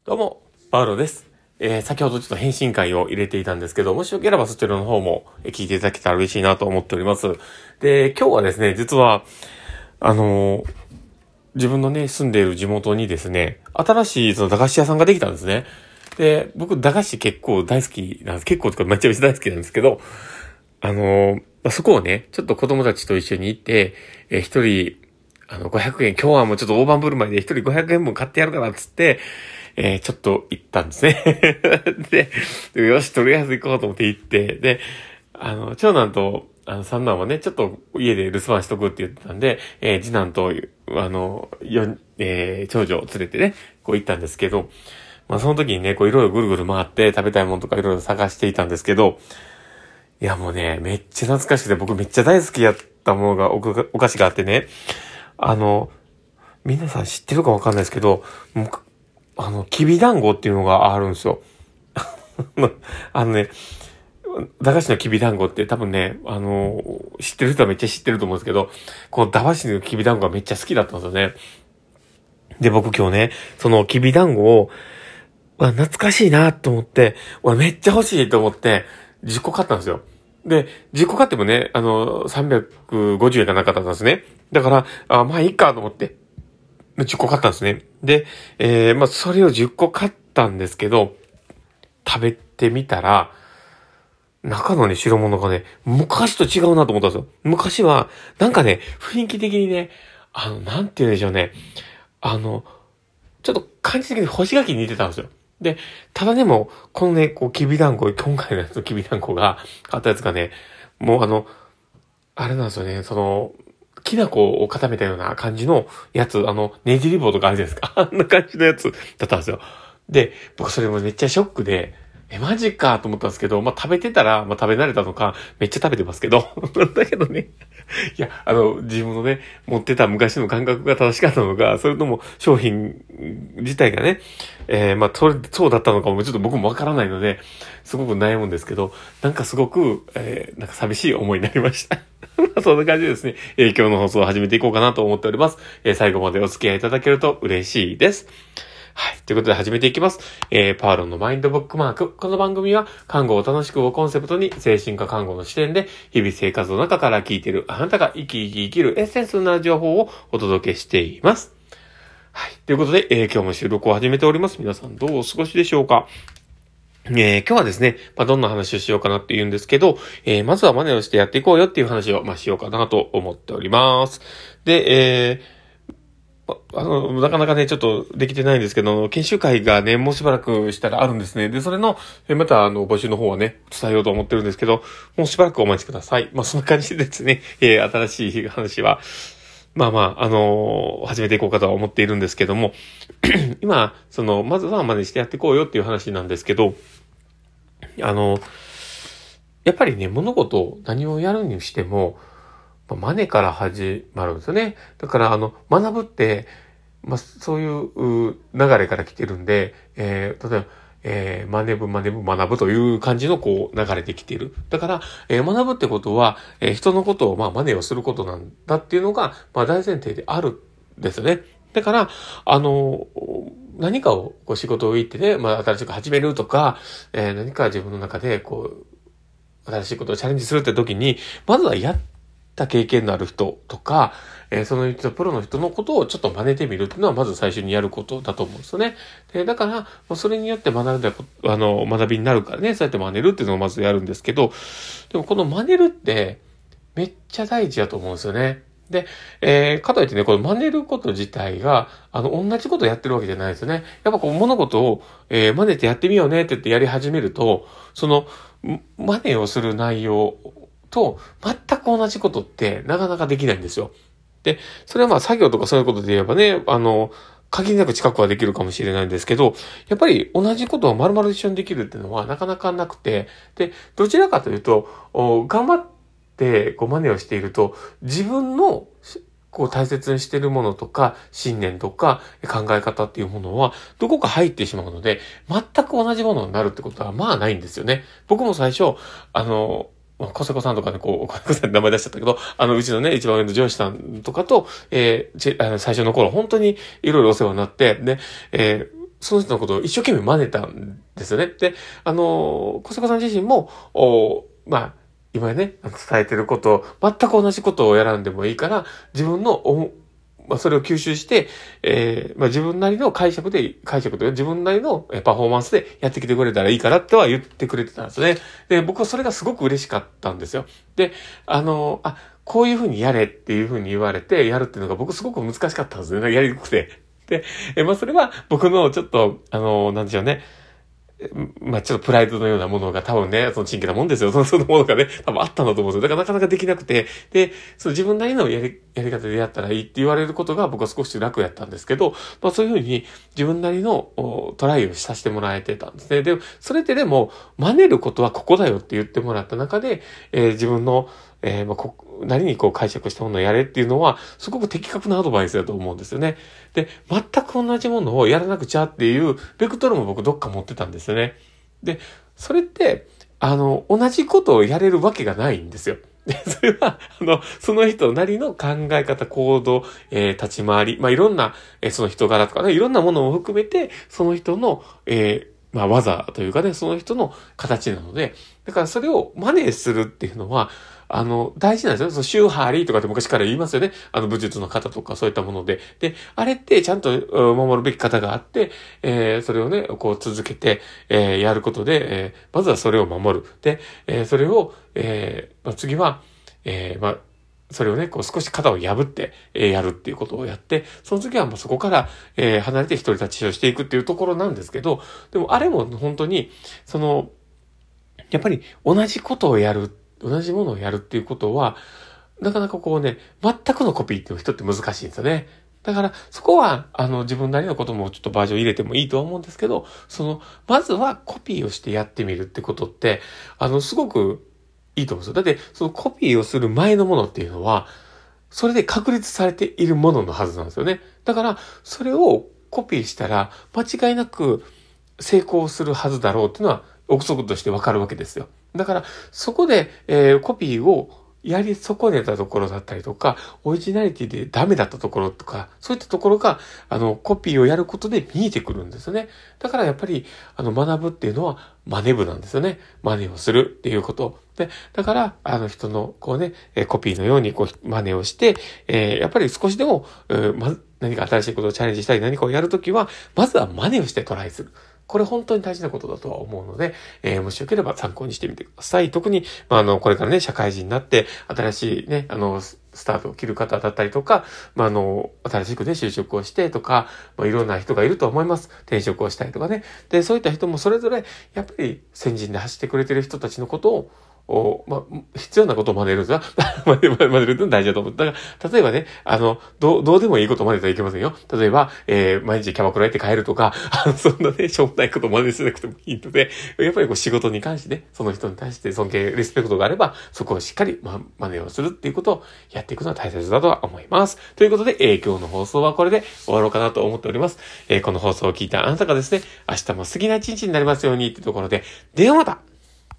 どうも、パウロです。先ほどちょっと返信会を入れていたんですけど、もしよければそちらの方も聞いていただけたら嬉しいなと思っております。で、今日はですね、実は、自分のね、住んでいる地元にですね、新しいその駄菓子屋さんができたんですね。で、僕、駄菓子結構大好きなんです。結構とかめちゃめちゃ大好きなんですけど、そこをね、ちょっと子供たちと一緒に行って、一人、500円、今日はもうちょっと大盤振る舞いで一人500円分買ってやるからっつって、ちょっと行ったんですね。で、よし、とりあえず行こうと思って行って、で、長男と、三男はね、ちょっと家で留守番しとくって言ってたんで、次男と、長女を連れてね、こう行ったんですけど、まあその時にね、こういろいろぐるぐる回って食べたいものとかいろいろ探していたんですけど、いやもうね、めっちゃ懐かしくて僕めっちゃ大好きやったものがお菓子があってね、皆さん知ってるかわかんないですけど、きびだんごっていうのがあるんですよ。駄菓子のきびだんごって多分ね、知ってる人はめっちゃ知ってると思うんですけど、この駄菓子のきびだんごがめっちゃ好きだったんですよね。で、僕今日ね、そのきびだんごを、懐かしいなと思って、めっちゃ欲しいと思って、10個買ったんですよ。で、10個買ってもね、350円がなかったんですね。だから、まあいいかと思って、10個買ったんですね。で、それを10個買ったんですけど、食べてみたら、中のね、白物がね、昔と違うなと思ったんですよ。昔は、なんかね、雰囲気的にね、なんて言うんでしょうね。ちょっと感じ的に干し柿に似てたんですよ。で、ただでも、このね、こう、きびだんご、今回のやつのきびだんごが、買ったやつがね、もうあれなんですよね、きな粉を固めたような感じのやつ、ねじり棒とかあるじゃないですか。あんな感じのやつだったんですよ。で、僕それもめっちゃショックで、マジかと思ったんですけど、食べてたら、食べ慣れたのか、めっちゃ食べてますけど。だけどね、いや、自分のね、持ってた昔の感覚が正しかったのか、それとも商品自体がね、そうだったのかもちょっと僕もわからないので、すごく悩むんですけど、なんかすごく、なんか寂しい思いになりました。そんな感じでですね、今日の放送を始めていこうかなと思っております。最後までお付き合いいただけると嬉しいです。はい。ということで始めていきます。パーロンのマインドブックマーク。この番組は、看護を楽しくをコンセプトに、精神科看護の視点で、日々生活の中から聞いているあなたが生きるエッセンスな情報をお届けしています。はい。ということで、今日も収録を始めております。皆さんどうお過ごしでしょうか？今日はですね、どんな話をしようかなって言うんですけど、まずは真似をしてやっていこうよっていう話を、しようかなと思っております。で、なかなかね、ちょっとできてないんですけど、研修会がね、もうしばらくしたらあるんですね。で、それの、また募集の方はね、伝えようと思ってるんですけど、もうしばらくお待ちください。そんな感じでですね、新しい話は、始めていこうかとは思っているんですけども、今、まずは真似してやっていこうよっていう話なんですけど、やっぱりね、物事を何をやるにしても、真似から始まるんですよね。だから、学ぶって、そういう流れから来てるんで、例えば、学ぶという感じのこう流れできている。だから、学ぶってことは、人のことを真似をすることなんだっていうのが、大前提であるんですよね。だから、何かをこう仕事を行ってね、新しく始めるとか、何か自分の中でこう、新しいことをチャレンジするって時に、まずはやった経験のある人とか、その人、プロの人のことをちょっと真似てみるっていうのはまず最初にやることだと思うんですよね。で、だから、それによって学びになるからね、そうやって真似るっていうのをまずやるんですけど、でもこの真似るってめっちゃ大事だと思うんですよね。で、かといってね、この真似ること自体が、同じことをやってるわけじゃないですよね。やっぱこう物事を、真似てやってみようねって言ってやり始めると、真似をする内容と全く同じことってなかなかできないんですよ。で、それは作業とかそういうことで言えばね、限りなく近くはできるかもしれないんですけど、やっぱり同じことを丸々一緒にできるっていうのはなかなかなくて、で、どちらかというと、頑張ってこう真似をしていると、自分のこう大切にしているものとか、信念とか考え方っていうものは、どこか入ってしまうので、全く同じものになるってことはないんですよね。僕も最初、小瀬子さんとかね、小瀬子さんって名前出しちゃったけど、うちのね、一番上の上司さんとかと、最初の頃、本当にいろいろお世話になって、で、 その人のことを一生懸命真似たんですよね。で、小坂さん自身も、まあ、今ね、伝えてることを、全く同じことをやらんでもいいから、自分のまあ、それを吸収して、まあ、自分なりの解釈という自分なりのパフォーマンスでやってきてくれたらいいからっては言ってくれてたんですね。で、僕はそれがすごく嬉しかったんですよ。で、こういうふうにやれっていうふうに言われてやるっていうのが僕すごく難しかったんですね。やりにくくて。で、まあ、それは僕のちょっと、なんでしょうね。まあ、ちょっとプライドのようなものが多分ね、その真剣なもんですよ。そのものがね、多分あったんだと思うんですよ。だからなかなかできなくて、で、その自分なりのやり方でやったらいいって言われることが僕は少し楽やったんですけど、まあそういうふうに自分なりのトライをさせてもらえてたんですね。で、それってでも、真似ることはここだよって言ってもらった中で、自分の、まあ、何にこう解釈したものをやれっていうのは、すごく的確なアドバイスだと思うんですよね。で、全く同じものをやらなくちゃっていう、ベクトルも僕どっか持ってたんですよね。で、それって、同じことをやれるわけがないんですよ。で、それは、その人なりの考え方、行動、立ち回り、まあ、いろんな、その人柄とかね、いろんなものを含めて、その人の、まあ、技というかね、その人の形なので、だからそれを真似するっていうのは、大事なんですよ。そのシューハーリーとかって昔から言いますよね。武術の方とかそういったもので。で、あれってちゃんと守るべき方があって、それをね、こう続けて、やることで、まずはそれを守る。で、それを、まあ、次は、まあ、それをね、こう少し肩を破って、やるっていうことをやって、その次はもうそこから、離れて独り立ちをしていくっていうところなんですけど、でもあれも本当に、やっぱり同じことをやる、同じものをやるっていうことは、なかなかこうね、全くのコピーっていう人って難しいんですよね。だから、そこは、自分なりのこともちょっとバージョン入れてもいいとは思うんですけど、まずはコピーをしてやってみるってことって、すごくいいと思うんですよ。だって、そのコピーをする前のものっていうのは、それで確立されているもののはずなんですよね。だから、それをコピーしたら、間違いなく成功するはずだろうっていうのは、憶測としてわかるわけですよ。だから、そこで、コピーをやり損ねたところだったりとか、オリジナリティでダメだったところとか、そういったところが、コピーをやることで見えてくるんですよね。だからやっぱり、学ぶっていうのは真似部なんですよね。真似をするっていうこと。で、だから、人の、こうね、コピーのように、こう、真似をして、やっぱり少しでも、何か新しいことをチャレンジしたり何かをやるときは、まずは真似をしてトライする。これ本当に大事なことだとは思うので、もしよければ参考にしてみてください。特に、これからね、社会人になって、新しいね、スタートを切る方だったりとか、新しくね、就職をしてとか、いろんな人がいると思います。転職をしたりとかね。で、そういった人もそれぞれ、やっぱり先人で走ってくれてる人たちのことを、必要なことを真似るんですよ。真似るって大事だと思う。だから、例えばね、どうでもいいことを真似たらいけませんよ。例えば、毎日キャバクラ行って帰るとか、そんなね、しょうもないことを真似しなくてもいいので、やっぱりこう仕事に関してね、その人に対して尊敬、リスペクトがあれば、そこをしっかり、真似をするっていうことをやっていくのは大切だとは思います。ということで、今日の放送はこれで終わろうかなと思っております。この放送を聞いたあなたがですね、明日も素敵な一日になりますようにっていうところで、ではまた